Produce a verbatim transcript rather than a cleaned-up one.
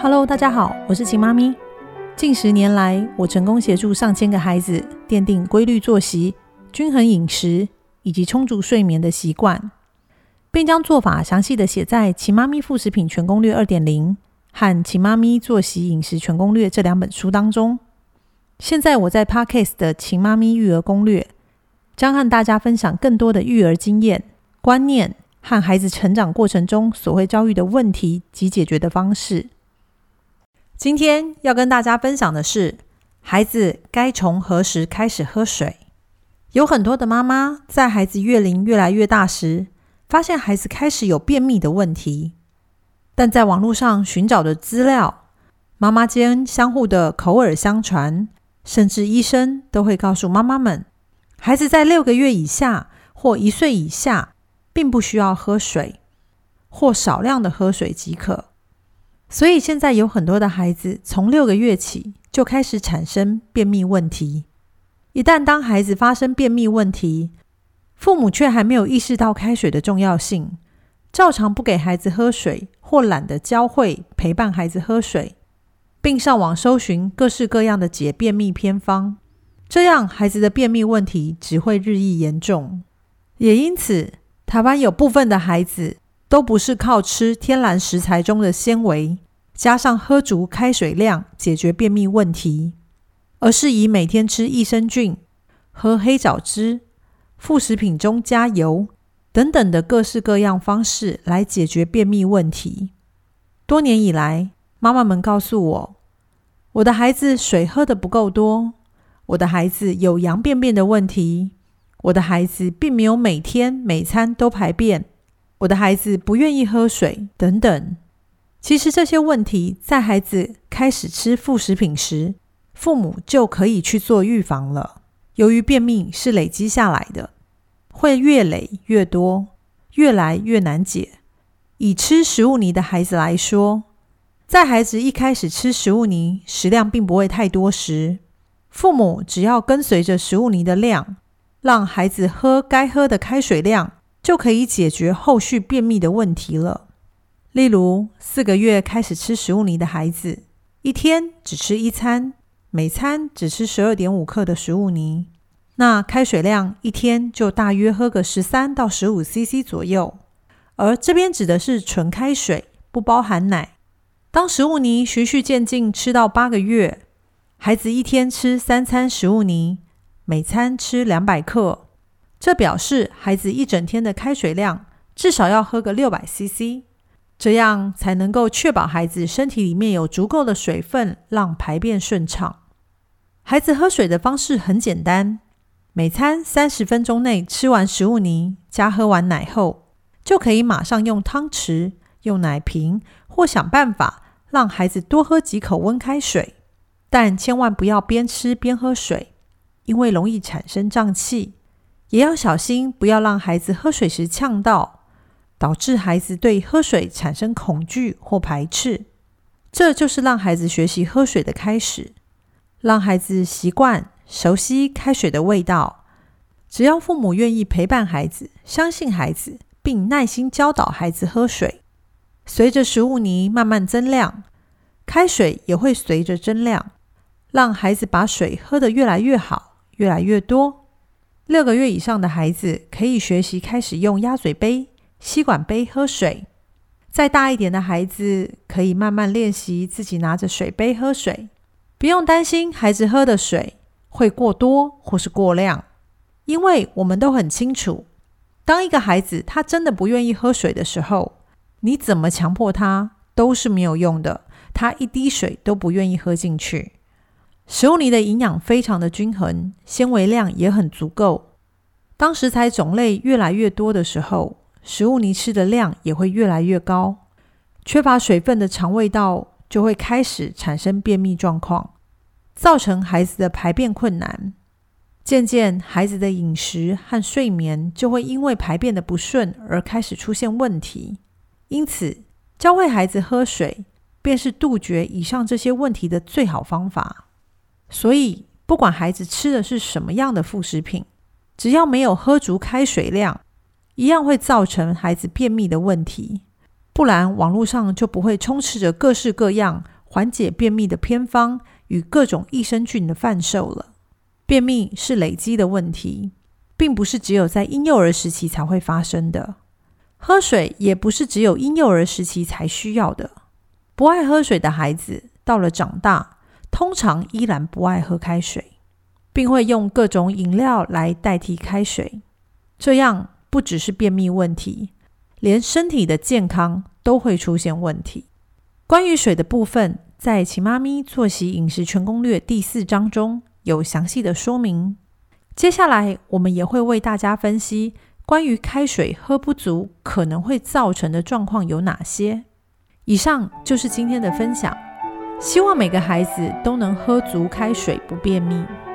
Hello， 大家好，我是秦妈咪。近十年来，我成功协助上千个孩子奠定规律作息、均衡饮食以及充足睡眠的习惯，并将做法详细的写在《秦妈咪副食品全攻略 二点零》和《秦妈咪作息饮食全攻略》这两本书当中。现在我在 Podcast 的《秦妈咪育儿攻略》将和大家分享更多的育儿经验、观念和孩子成长过程中所会遭遇的问题及解决的方式。今天要跟大家分享的是，孩子该从何时开始喝水？有很多的妈妈在孩子月龄越来越大时，发现孩子开始有便秘的问题，但在网络上寻找的资料，妈妈间相互的口耳相传，甚至医生都会告诉妈妈们，孩子在六个月以下或一岁以下，并不需要喝水，或少量的喝水即可。所以现在有很多的孩子从六个月起就开始产生便秘问题。一旦当孩子发生便秘问题，父母却还没有意识到开水的重要性，照常不给孩子喝水，或懒得教会陪伴孩子喝水，并上网搜寻各式各样的解便秘偏方，这样孩子的便秘问题只会日益严重。也因此，台湾有部分的孩子都不是靠吃天然食材中的纤维，加上喝足开水量解决便秘问题，而是以每天吃益生菌、喝黑枣汁、副食品中加油等等的各式各样方式来解决便秘问题。多年以来，妈妈们告诉我，我的孩子水喝得不够多，我的孩子有羊便便的问题，我的孩子并没有每天每餐都排便，我的孩子不愿意喝水等等。其实这些问题在孩子开始吃副食品时，父母就可以去做预防了。由于便秘是累积下来的，会越累越多，越来越难解。以吃食物泥的孩子来说，在孩子一开始吃食物泥食量并不会太多时，父母只要跟随着食物泥的量，让孩子喝该喝的开水量，就可以解决后续便秘的问题了。例如，四个月开始吃食物泥的孩子，一天只吃一餐，每餐只吃 十二点五 克的食物泥，那开水量一天就大约喝个十三到十五 C C 左右，而这边指的是纯开水，不包含奶。当食物泥循序渐进吃到八个月，孩子一天吃三餐食物泥，每餐吃两百克，这表示孩子一整天的开水量至少要喝个 六百 C C， 这样才能够确保孩子身体里面有足够的水分，让排便顺畅。孩子喝水的方式很简单，每餐三十分钟内吃完食物泥加喝完奶后，就可以马上用汤匙、用奶瓶或想办法让孩子多喝几口温开水，但千万不要边吃边喝水，因为容易产生胀气。也要小心不要让孩子喝水时呛到，导致孩子对喝水产生恐惧或排斥。这就是让孩子学习喝水的开始，让孩子习惯熟悉开水的味道。只要父母愿意陪伴孩子，相信孩子，并耐心教导孩子喝水，随着食物泥慢慢增量，开水也会随着增量，让孩子把水喝得越来越好，越来越多。六个月以上的孩子可以学习开始用鸭嘴杯、吸管杯喝水。再大一点的孩子可以慢慢练习自己拿着水杯喝水，不用担心孩子喝的水会过多或是过量，因为我们都很清楚，当一个孩子他真的不愿意喝水的时候，你怎么强迫他都是没有用的，他一滴水都不愿意喝进去。食物泥的营养非常的均衡，纤维量也很足够。当食材种类越来越多的时候，食物泥吃的量也会越来越高，缺乏水分的肠胃道就会开始产生便秘状况，造成孩子的排便困难。渐渐孩子的饮食和睡眠就会因为排便的不顺而开始出现问题。因此，教会孩子喝水便是杜绝以上这些问题的最好方法。所以，不管孩子吃的是什么样的副食品，只要没有喝足开水量，一样会造成孩子便秘的问题。不不然网络上就不会充斥着各式各样缓解便秘的偏方与各种益生菌的贩售了。便秘是累积的问题，并不是只有在婴幼儿时期才会发生的。喝水也不是只有婴幼儿时期才需要的。不爱喝水的孩子到了长大，通常依然不爱喝开水，并会用各种饮料来代替开水。这样不只是便秘问题，连身体的健康都会出现问题。关于水的部分，在秦妈咪作息饮食全攻略第四章中有详细的说明。接下来我们也会为大家分析关于开水喝不足可能会造成的状况有哪些。以上就是今天的分享，希望每个孩子都能喝足开水，不便秘。